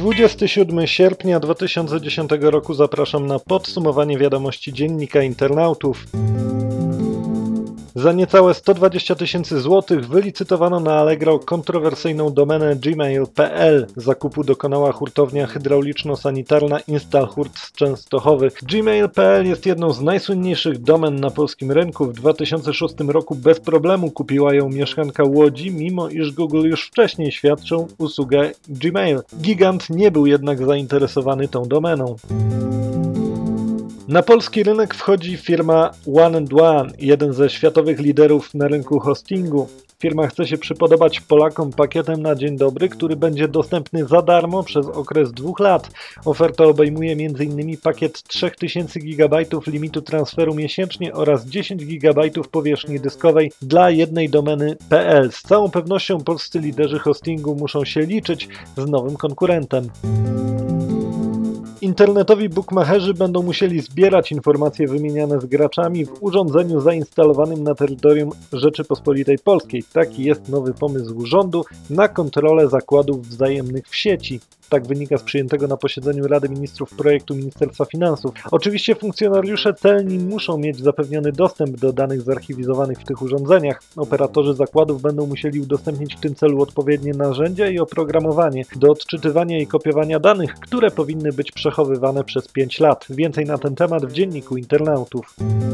27 sierpnia 2010 roku zapraszam na podsumowanie wiadomości Dziennika Internautów. Za niecałe 120 000 złotych wylicytowano na Allegro kontrowersyjną domenę gmail.pl. Zakupu dokonała hurtownia hydrauliczno-sanitarna Instalhurt z Częstochowy. Gmail.pl jest jedną z najsłynniejszych domen na polskim rynku. W 2006 roku bez problemu kupiła ją mieszkanka Łodzi, mimo iż Google już wcześniej świadczył usługę Gmail. Gigant nie był jednak zainteresowany tą domeną. Na polski rynek wchodzi firma One and One, jeden ze światowych liderów na rynku hostingu. Firma chce się przypodobać Polakom pakietem na dzień dobry, który będzie dostępny za darmo przez okres 2 lat. Oferta obejmuje m.in. pakiet 3000 GB limitu transferu miesięcznie oraz 10 GB powierzchni dyskowej dla jednej domeny .pl. Z całą pewnością polscy liderzy hostingu muszą się liczyć z nowym konkurentem. Internetowi bookmacherzy będą musieli zbierać informacje wymieniane z graczami w urządzeniu zainstalowanym na terytorium Rzeczypospolitej Polskiej. Taki jest nowy pomysł rządu na kontrolę zakładów wzajemnych w sieci. Tak wynika z przyjętego na posiedzeniu Rady Ministrów projektu Ministerstwa Finansów. Oczywiście funkcjonariusze celni muszą mieć zapewniony dostęp do danych zarchiwizowanych w tych urządzeniach. Operatorzy zakładów będą musieli udostępnić w tym celu odpowiednie narzędzia i oprogramowanie do odczytywania i kopiowania danych, które powinny być przechowywane przez 5 lat. Więcej na ten temat w Dzienniku Internautów.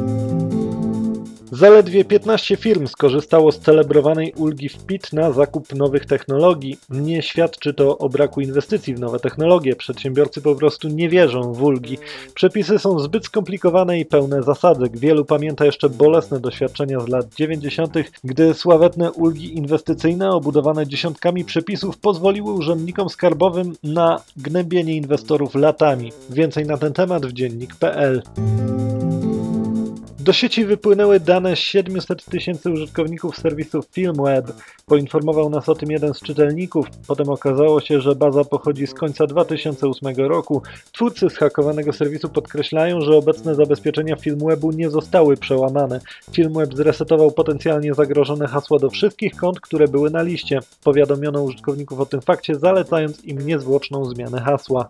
Zaledwie 15 firm skorzystało z celebrowanej ulgi w PIT na zakup nowych technologii. Nie świadczy to o braku inwestycji w nowe technologie. Przedsiębiorcy po prostu nie wierzą w ulgi. Przepisy są zbyt skomplikowane i pełne zasadzek. Wielu pamięta jeszcze bolesne doświadczenia z lat 90., gdy sławetne ulgi inwestycyjne obudowane dziesiątkami przepisów pozwoliły urzędnikom skarbowym na gnębienie inwestorów latami. Więcej na ten temat w dziennik.pl. Do sieci wypłynęły dane 700 000 użytkowników serwisu Filmweb. Poinformował nas o tym jeden z czytelników. Potem okazało się, że baza pochodzi z końca 2008 roku. Twórcy zhakowanego serwisu podkreślają, że obecne zabezpieczenia Filmwebu nie zostały przełamane. Filmweb zresetował potencjalnie zagrożone hasła do wszystkich kont, które były na liście. Powiadomiono użytkowników o tym fakcie, zalecając im niezwłoczną zmianę hasła.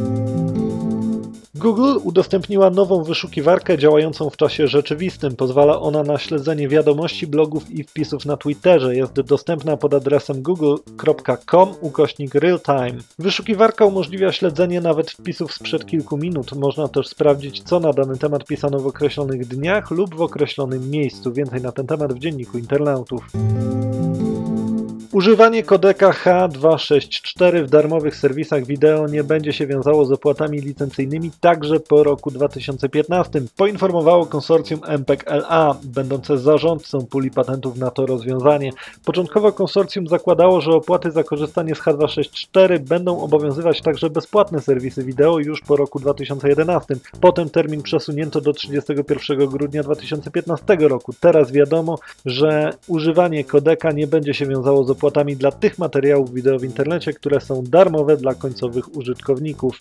Google udostępniła nową wyszukiwarkę działającą w czasie rzeczywistym. Pozwala ona na śledzenie wiadomości, blogów i wpisów na Twitterze. Jest dostępna pod adresem google.com/realtime. Wyszukiwarka umożliwia śledzenie nawet wpisów sprzed kilku minut. Można też sprawdzić, co na dany temat pisano w określonych dniach lub w określonym miejscu. Więcej na ten temat w Dzienniku Internautów. Używanie kodeka H264 w darmowych serwisach wideo nie będzie się wiązało z opłatami licencyjnymi także po roku 2015, poinformowało konsorcjum MPEG-LA, będące zarządcą puli patentów na to rozwiązanie. Początkowo konsorcjum zakładało, że opłaty za korzystanie z H264 będą obowiązywać także bezpłatne serwisy wideo już po roku 2011. Potem termin przesunięto do 31 grudnia 2015 roku. Teraz wiadomo, że używanie kodeka nie będzie się wiązało z opłatami dla tych materiałów wideo w internecie, które są darmowe dla końcowych użytkowników.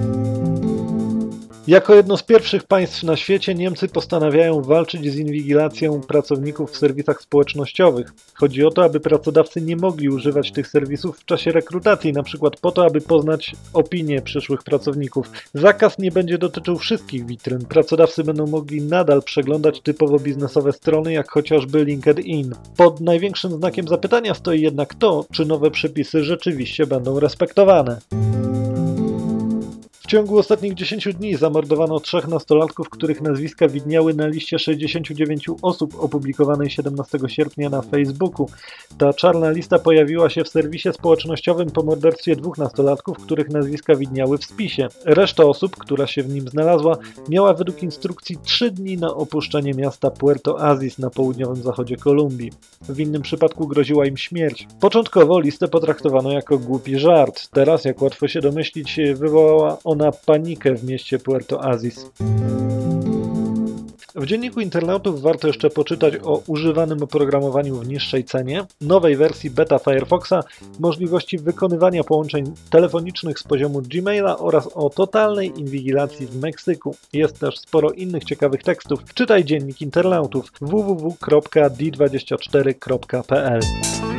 Jako jedno z pierwszych państw na świecie Niemcy postanawiają walczyć z inwigilacją pracowników w serwisach społecznościowych. Chodzi o to, aby pracodawcy nie mogli używać tych serwisów w czasie rekrutacji, np. po to, aby poznać opinię przyszłych pracowników. Zakaz nie będzie dotyczył wszystkich witryn. Pracodawcy będą mogli nadal przeglądać typowo biznesowe strony, jak chociażby LinkedIn. Pod największym znakiem zapytania stoi jednak to, czy nowe przepisy rzeczywiście będą respektowane. W ciągu ostatnich 10 dni zamordowano 3 nastolatków, których nazwiska widniały na liście 69 osób opublikowanej 17 sierpnia na Facebooku. Ta czarna lista pojawiła się w serwisie społecznościowym po morderstwie 2 nastolatków, których nazwiska widniały w spisie. Reszta osób, która się w nim znalazła, miała według instrukcji 3 dni na opuszczenie miasta Puerto Aziz na południowym zachodzie Kolumbii. W innym przypadku groziła im śmierć. Początkowo listę potraktowano jako głupi żart. Teraz, jak łatwo się domyślić, wywołała ona panikę w mieście Puerto Aziz. W Dzienniku Internautów warto jeszcze poczytać o używanym oprogramowaniu w niższej cenie, nowej wersji beta Firefoxa, możliwości wykonywania połączeń telefonicznych z poziomu Gmaila oraz o totalnej inwigilacji w Meksyku. Jest też sporo innych ciekawych tekstów. Czytaj Dziennik Internautów www.d24.pl.